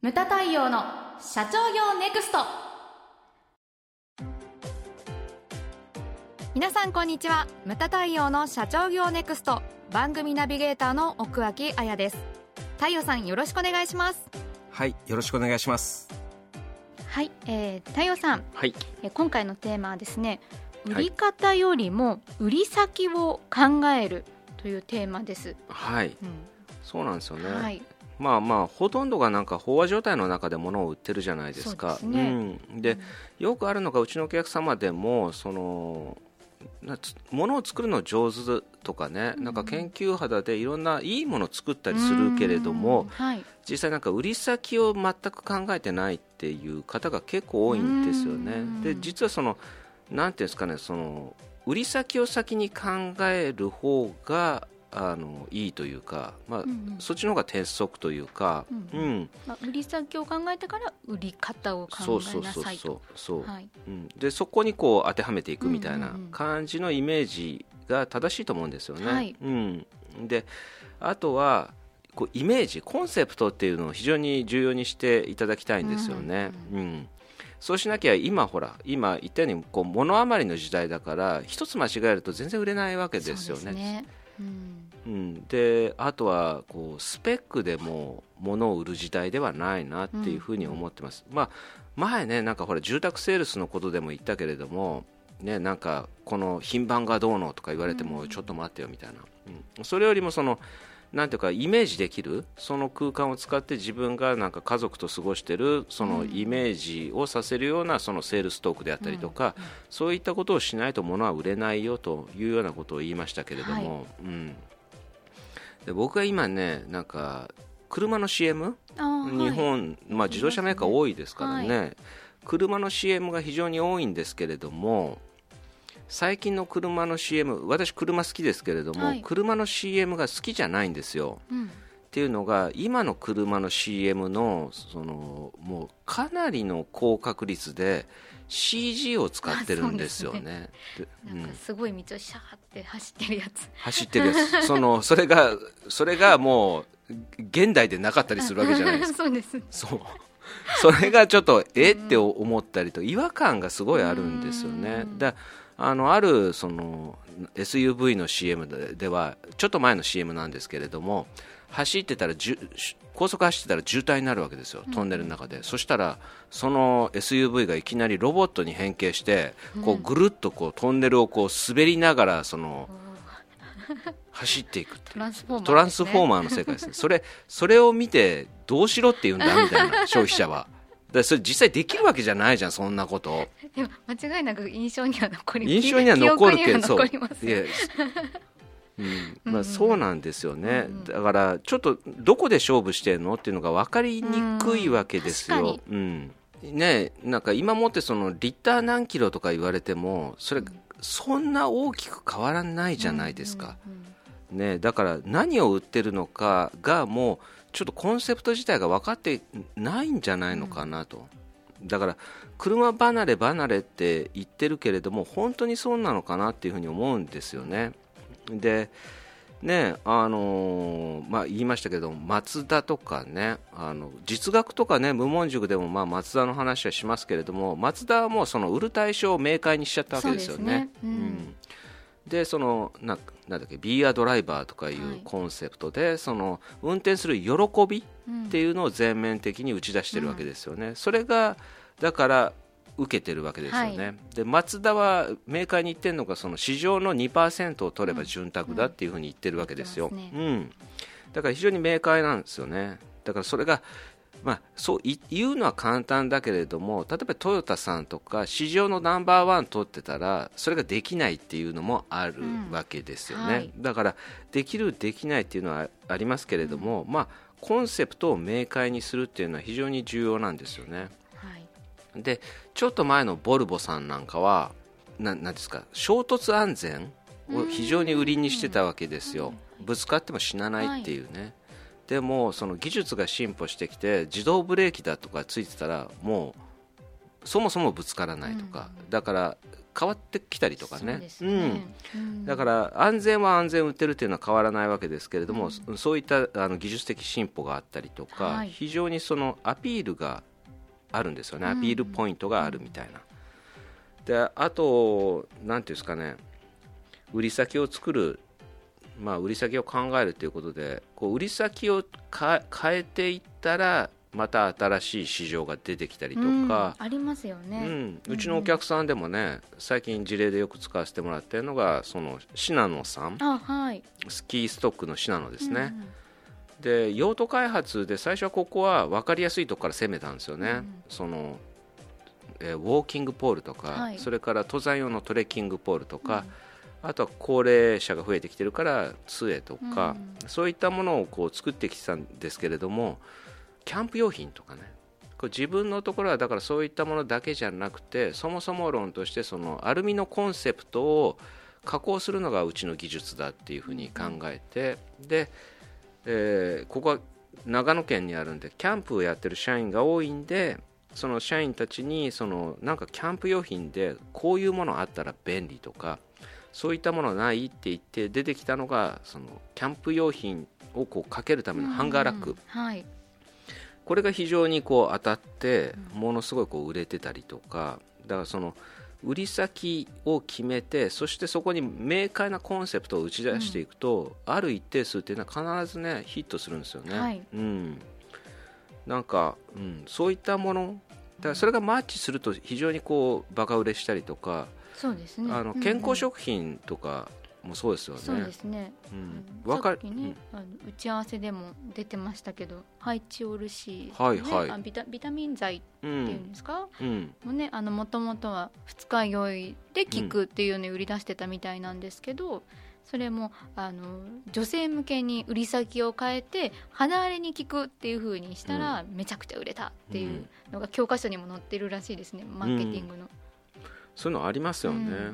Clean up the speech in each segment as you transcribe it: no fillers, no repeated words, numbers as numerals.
ムタ太陽の社長業ネクスト。皆さんこんにちは。ムタ太陽の社長業ネクスト番組ナビゲーターの奥脇彩です。太陽さん、よろしくお願いします。 はい、よろしくお願いします。 はい、太陽さん、 はい、 今回のテーマはですね、売り方よりも売り先を考えるというテーマです。 はい、そうなんですよね。 はい、 まあほとんどがなんか飽和状態の中で物を売ってるじゃないですか。 そうですね。 で、よくあるのがうちのお客様でも物を作るの上手とかね、なんか研究肌でいろんないいものを作ったりするけれども、実際なんか売り先を全く考えてないっていう方が結構多いんですよね。で、実はなんていうんですかね、売り先を先に考える方がいいというか、そっちの方が鉄則というか、 売り先を考えてから売り方を考えなさいと。 で、そこにこう当てはめていくみたいな感じのイメージが正しいと思うんですよね。で、あとはこうイメージ、コンセプトっていうのを非常に重要にしていただきたいんですよね。そうしなきゃ今言ったようにこう物余りの時代だから、一つ間違えると全然売れないわけですよね。で、あとはこうスペックでも物を売る時代ではないなっていうふうに思ってます。前ね、なんかほら住宅セールスのことでも言ったけれどもね、なんかこの品番がどうのとか言われてもちょっと待ってよみたいな、それよりもなんていうかイメージできるその空間を使って自分がなんか家族と過ごしてるそのイメージをさせるようなそのセールストークであったりとか、そういったことをしないと物は売れないよというようなことを言いましたけれども、で、僕は今ね、なんか車の CM、日本、自動車メーカー多いですからね、車の CM が非常に多いんですけれども、最近の車の CM、 私車好きですけれども、車の CM が好きじゃないんですよ。っていうのが、今の車の CM のもうかなりの高確率で CG を使ってるんですよね。 なんかすごい道をシャーって走ってるやつそれがもう現代でなかったりするわけじゃないですか。それがちょっとって思ったりと、違和感がすごいあるんですよね。あるSUV の CM では、ちょっと前の CM なんですけれども、高速走ってたら渋滞になるわけですよ、トンネルの中で。そしたらその SUV がいきなりロボットに変形して、こうぐるっとこうトンネルをこう滑りながら走っていくっていうトランスフォーマーの世界ですね。それを見てどうしろって言うんだみたいな、消費者は。それ実際できるわけじゃないじゃん、そんなこと。 でも間違いなく印象には残るけど、そうなんですよね。だからちょっとどこで勝負してるのっていうのが分かりにくいわけですよ。なんか今もってリッター何キロとか言われても、そんな大きく変わらないじゃないですか。だから何を売ってるのかがもうちょっとコンセプト自体が分かってないんじゃないのかなと。だから車離れって言ってるけれども、本当にそうなのかなっていうふうに思うんですよね。でね、言いましたけど、マツダとかね、実学とかね、無門塾でもマツダの話はしますけれども、マツダはもう売る対象を明快にしちゃったわけですよね。で、なんだっけ、ビーアドライバーとかいうコンセプトで、運転する喜びっていうのを全面的に打ち出してるわけですよね。それがだから受けてるわけですよね。で、マツダはメーカーに言ってるのが、市場の 2% を取れば潤沢だっていうふうに言ってるわけですよ。だから非常に明快なんですよね。だからそれがそう言うのは簡単だけれども、例えばトヨタさんとか市場のナンバーワン取ってたら、それができないっていうのもあるわけですよね。だからできるできないっていうのはありますけれども、コンセプトを明快にするっていうのは非常に重要なんですよね。で、ちょっと前のボルボさんなんかはなんですか、衝突安全を非常に売りにしてたわけですよ。ぶつかっても死なないっていうね。でも技術が進歩してきて、自動ブレーキだとかついてたらもうそもそもぶつからないとか、だから変わってきたりとかね、だから安全は安全を売ってるっていうのは変わらないわけですけれども、そういった技術的進歩があったりとか、非常にそのアピールがあるんですよね、アピールポイントがあるみたいな。であとなんていうんですかね、売り先を作る、売り先を考えるということで、こう売り先を変えていったらまた新しい市場が出てきたりとか、 ありますよね、 うちのお客さんでもね、最近事例でよく使わせてもらっているのがそのシナノさん、スキーストックのシナノですね、で用途開発で最初はここは分かりやすいところから攻めたんですよね、そのウォーキングポールとか、それから登山用のトレッキングポールとか、あとは高齢者が増えてきてるから杖とか、そういったものをこう作ってきたんですけれども、キャンプ用品とかね、こう自分のところはだからそういったものだけじゃなくて、そもそも論としてそのアルミのコンセプトを加工するのがうちの技術だっていうふうに考えて、で、ここは長野県にあるんでキャンプをやってる社員が多いんで、その社員たちになんかキャンプ用品でこういうものあったら便利とか、そういったものないって言って出てきたのが、そのキャンプ用品をこうかけるためのハンガーラック、これが非常にこう当たってものすごいこう売れてたりとか、だからその売り先を決めて、そしてそこに明快なコンセプトを打ち出していくと、ある一定数っていうのは必ずねヒットするんですよね、なんか、そういったものだから、それがマッチすると非常にこうバカ売れしたりとか、 そうですね、 健康食品とかもそうですよね。 そうですね、さっきね、打ち合わせでも出てましたけど、ハイチオール C、ビタミン剤っていうんですか、もね、もともとは二日酔いで効くっていうのを売り出してたみたいなんですけど、それも女性向けに売り先を変えて肌荒れに効くっていう風にしたら、めちゃくちゃ売れたっていうのが教科書にも載ってるらしいですね、マーケティングの、そういうのありますよね、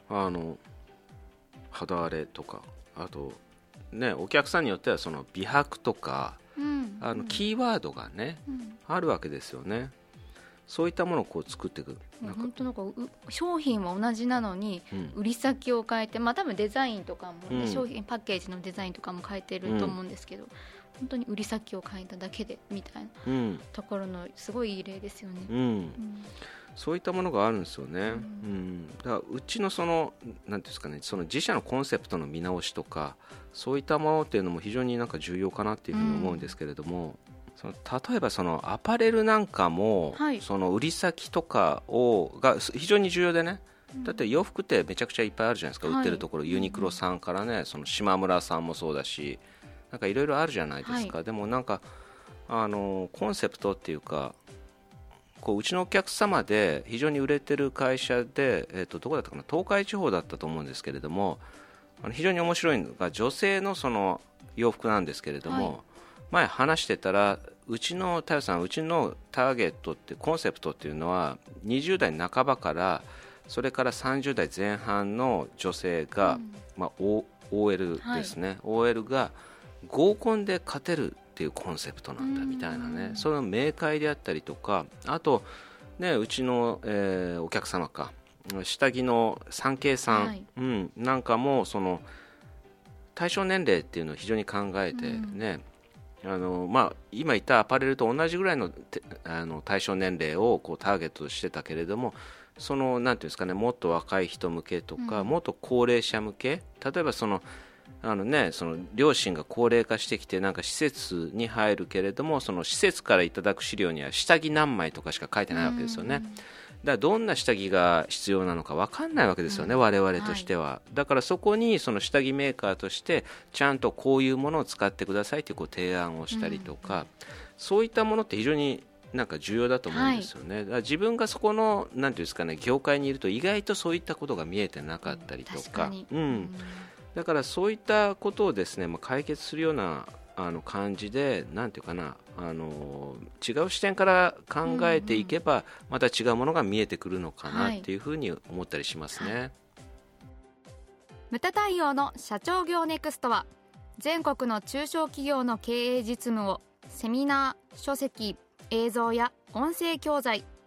肌荒れとか、あとね、お客さんによってはその美白とか、キーワードがね、あるわけですよね。そういったものをこう作っていく。 本当なんか商品は同じなのに、売り先を変えて、多分デザインとかも、ね、商品パッケージのデザインとかも変えてると思うんですけど、本当に売り先を変えただけでみたいなところのすごいいい例ですよね。 そういったものがあるんですよね、だからうちのそのなんていうんですかね、その自社のコンセプトの見直しとか、そういったものっていうのも非常になんか重要かなっていうふうに思うんですけれども、例えばそのアパレルなんかも、その売り先とかが非常に重要でね、だって洋服ってめちゃくちゃいっぱいあるじゃないですか、売ってるところ、ユニクロさんからね、その島村さんもそうだし、なんかいろいろあるじゃないですか、でもなんかコンセプトっていうか、こううちのお客様で非常に売れてる会社で、どこだったかな、東海地方だったと思うんですけれども、非常に面白いのが女性のその洋服なんですけれども、前話してたら、うちの太陽さん、うちのターゲットってコンセプトっていうのは20代半ばからそれから30代前半の女性が、OL ですね、OL が合コンで勝てるっていうコンセプトなんだみたいなね、その明快であったりとか、あと、ね、うちの、お客様か、下着の産経さん、なんかもその対象年齢っていうのを非常に考えてね、今言ったアパレルと同じぐらいの対象年齢をこうターゲットしてたけれども、そのなんていうんですかね、もっと若い人向けとか、もっと高齢者向け、例えばその両親が高齢化してきて、なんか施設に入るけれども、その施設からいただく資料には下着何枚とかしか書いてないわけですよね。だからどんな下着が必要なのか分かんないわけですよね、我々としては。だからそこにその下着メーカーとしてちゃんとこういうものを使ってくださいという提案をしたりとか、そういったものって非常になんか重要だと思うんですよね。だから自分がそこのなんていうんですかね、業界にいると意外とそういったことが見えてなかったりとか、だからそういったことをですね、解決するような感じで、なんていうかな、違う視点から考えていけば、また違うものが見えてくるのかなっていうふうに思ったりしますね。 ムタ太陽の社長業ネクストは、全国の中小企業の経営実務をセミナー、書籍、映像や音声教材、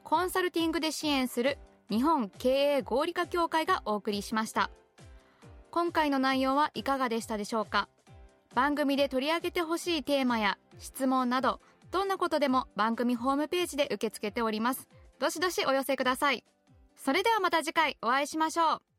コンサルティングで支援する日本経営合理化協会がお送りしました。今回の内容はいかがでしたでしょうか。番組で取り上げてほしいテーマや質問など、どんなことでも番組ホームページで受け付けております。どしどしお寄せください。それではまた次回お会いしましょう。